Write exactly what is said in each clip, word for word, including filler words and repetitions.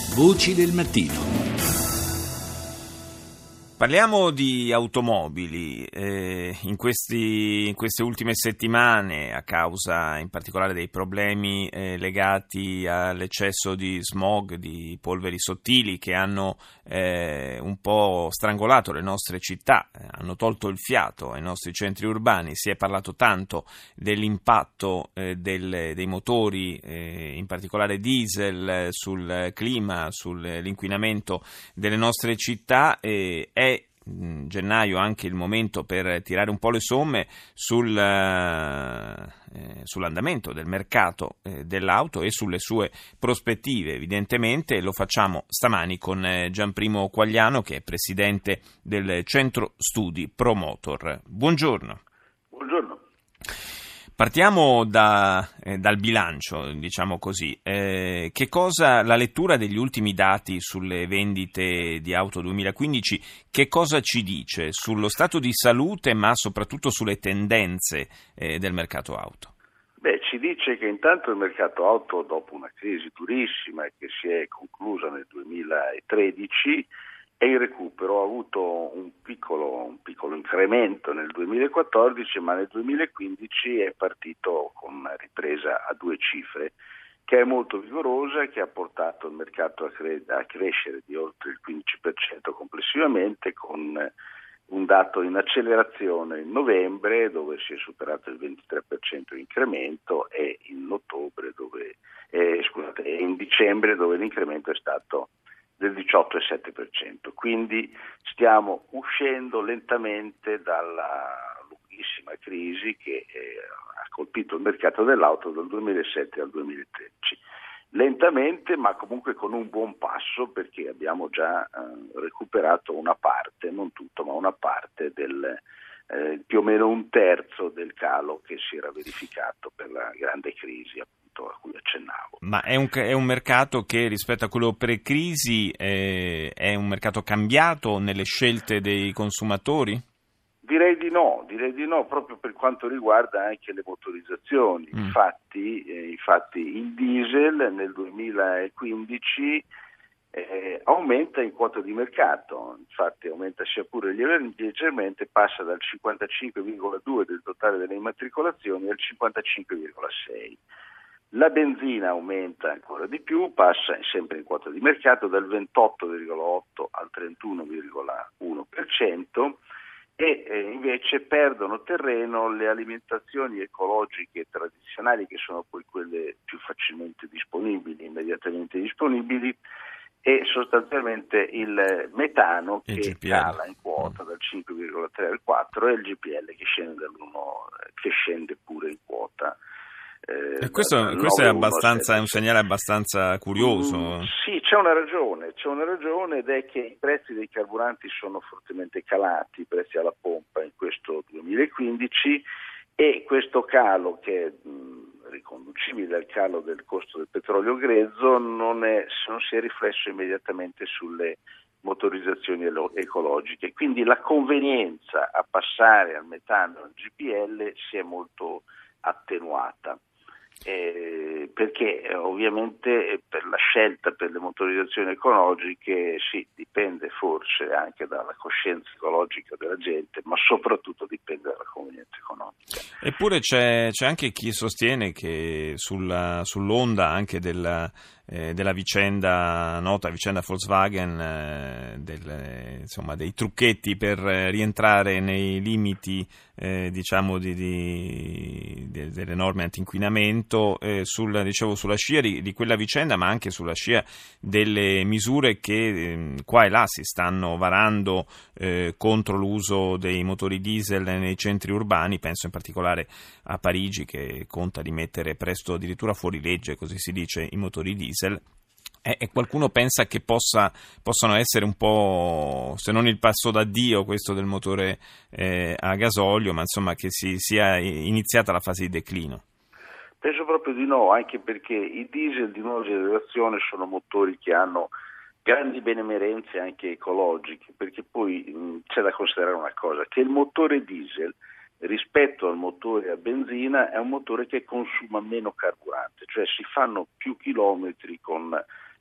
Voci del mattino. Parliamo di automobili. Eh, in, questi, in queste ultime settimane, a causa in particolare dei problemi eh, legati all'eccesso di smog, di polveri sottili che hanno eh, un po' strangolato le nostre città, eh, hanno tolto il fiato ai nostri centri urbani, si è parlato tanto dell'impatto eh, del, dei motori, eh, in particolare diesel, eh, sul clima, sull'inquinamento delle nostre città. Eh, è gennaio anche il momento per tirare un po' le somme sul, eh, sull'andamento del mercato eh, dell'auto e sulle sue prospettive. Evidentemente lo facciamo stamani con eh, Gianprimo Quagliano, che è presidente del centro studi Promotor. Buongiorno. Buongiorno. Partiamo da, eh, dal bilancio, diciamo così. Eh, che cosa, la lettura degli ultimi dati sulle vendite di auto duemilaquindici, che cosa ci dice sullo stato di salute, ma soprattutto sulle tendenze eh, del mercato auto? Beh, ci dice che intanto il mercato auto, dopo una crisi durissima che si è conclusa nel duemilatredici, è in recupero, ha avuto un piccolo, un piccolo incremento nel duemilaquattordici, ma nel duemilaquindici è partito con una ripresa a due cifre, che è molto vigorosa, che ha portato il mercato a, cre- a crescere di oltre il quindici per cento complessivamente, con un dato in accelerazione in novembre, dove si è superato il ventitré per cento di incremento, e in ottobre dove, eh, scusate, e in dicembre, dove l'incremento è stato del diciotto virgola sette per cento. Quindi stiamo uscendo lentamente dalla lunghissima crisi che eh, ha colpito il mercato dell'auto dal duemilasette al duemilatredici. Lentamente, ma comunque con un buon passo, perché abbiamo già eh, recuperato una parte, non tutto, ma una parte del eh, più o meno un terzo del calo che si era verificato per la grande crisi, appunto, a cui accennavo. Ma è un, è un mercato che rispetto a quello pre-crisi eh, è un mercato cambiato nelle scelte dei consumatori? Direi di no, direi di no, proprio per quanto riguarda anche le motorizzazioni. Mm. Infatti, eh, infatti il diesel nel duemilaquindici eh, aumenta in quota di mercato, infatti aumenta sia pure leggermente, passa dal cinquantacinque virgola due del totale delle immatricolazioni al cinquantacinque virgola sei. La benzina aumenta ancora di più, passa sempre in quota di mercato dal ventotto virgola otto al trentuno virgola uno per cento. E eh, invece perdono terreno le alimentazioni ecologiche tradizionali, che sono poi quelle più facilmente disponibili, immediatamente disponibili, e sostanzialmente il metano il che G P L cala in quota dal cinque virgola tre al quattro e il G P L che scende dall'uno, che scende pure in quota. Eh, e questo, questo è, abbastanza, è un segnale abbastanza curioso. Mm, sì, c'è una ragione, c'è una ragione ed è che i prezzi dei carburanti sono fortemente calati, i prezzi alla pompa in questo duemilaquindici, e questo calo, che è mh, riconducibile al calo del costo del petrolio grezzo, non, è, non si è riflesso immediatamente sulle motorizzazioni ecologiche. Quindi la convenienza a passare al metano e al G P L si è molto attenuata. Eh, perché eh, ovviamente per la scelta per le motorizzazioni ecologiche sì, dipende forse anche dalla coscienza ecologica della gente, ma soprattutto dipende dalla convenienza economica. Eppure c'è, c'è anche chi sostiene che sulla, sull'onda anche della, eh, della vicenda nota, vicenda Volkswagen, eh, del, insomma, dei trucchetti per rientrare nei limiti eh, diciamo di, di, di, delle norme anti-inquinamento, eh, sul, dicevo, sulla scia di, di quella vicenda, ma anche sulla scia delle misure che eh, qua e là si stanno varando eh, contro l'uso dei motori diesel nei centri urbani. Penso in particolare a Parigi, che conta di mettere presto addirittura fuori legge, così si dice, i motori diesel. E, e qualcuno pensa che possa, possano essere un po', se non il passo d'addio questo del motore eh, a gasolio, ma insomma che si sia iniziata la fase di declino. Penso proprio di no, anche perché i diesel di nuova generazione sono motori che hanno grandi benemerenze anche ecologiche, perché poi mh, c'è da considerare una cosa, che il motore diesel rispetto al motore a benzina è un motore che consuma meno carburante, cioè si fanno più chilometri con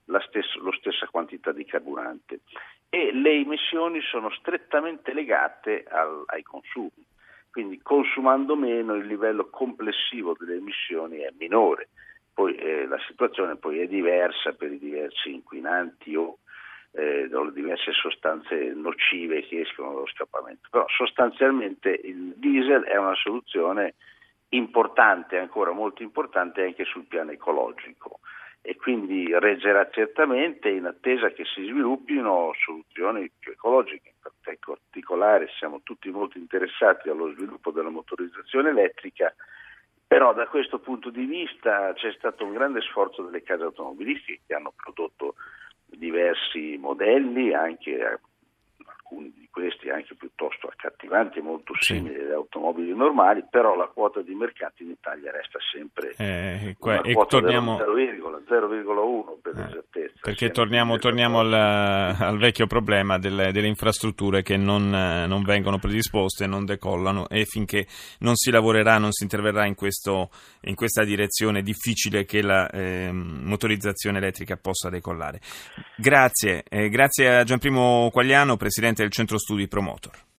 la stessa, lo stessa quantità di carburante, e le emissioni sono strettamente legate al, ai consumi, quindi consumando meno il livello complessivo delle emissioni è minore. Poi eh, la situazione poi è diversa per i diversi inquinanti o eh, le diverse sostanze nocive che escono dallo scappamento, però sostanzialmente il diesel è una soluzione importante, ancora molto importante anche sul piano ecologico, e quindi reggerà certamente in attesa che si sviluppino soluzioni più ecologiche. In particolare siamo tutti molto interessati allo sviluppo della motorizzazione elettrica, però da questo punto di vista c'è stato un grande sforzo delle case automobilistiche che hanno prodotto diversi modelli, anche alcuni di questi anche piuttosto accattivanti e molto simili alle automobili normali, però la quota di mercato in Italia resta sempre eh, una e quota torniamo... zero virgola uno per eh, l'esattezza. Perché torniamo, torniamo al, al vecchio problema delle, delle infrastrutture che non, non vengono predisposte, non decollano, e finché non si lavorerà, non si interverrà in, questo, in questa direzione, è difficile che la eh, motorizzazione elettrica possa decollare. Grazie, eh, grazie a Gianprimo Quagliano, presidente del Centro Studi Promotor.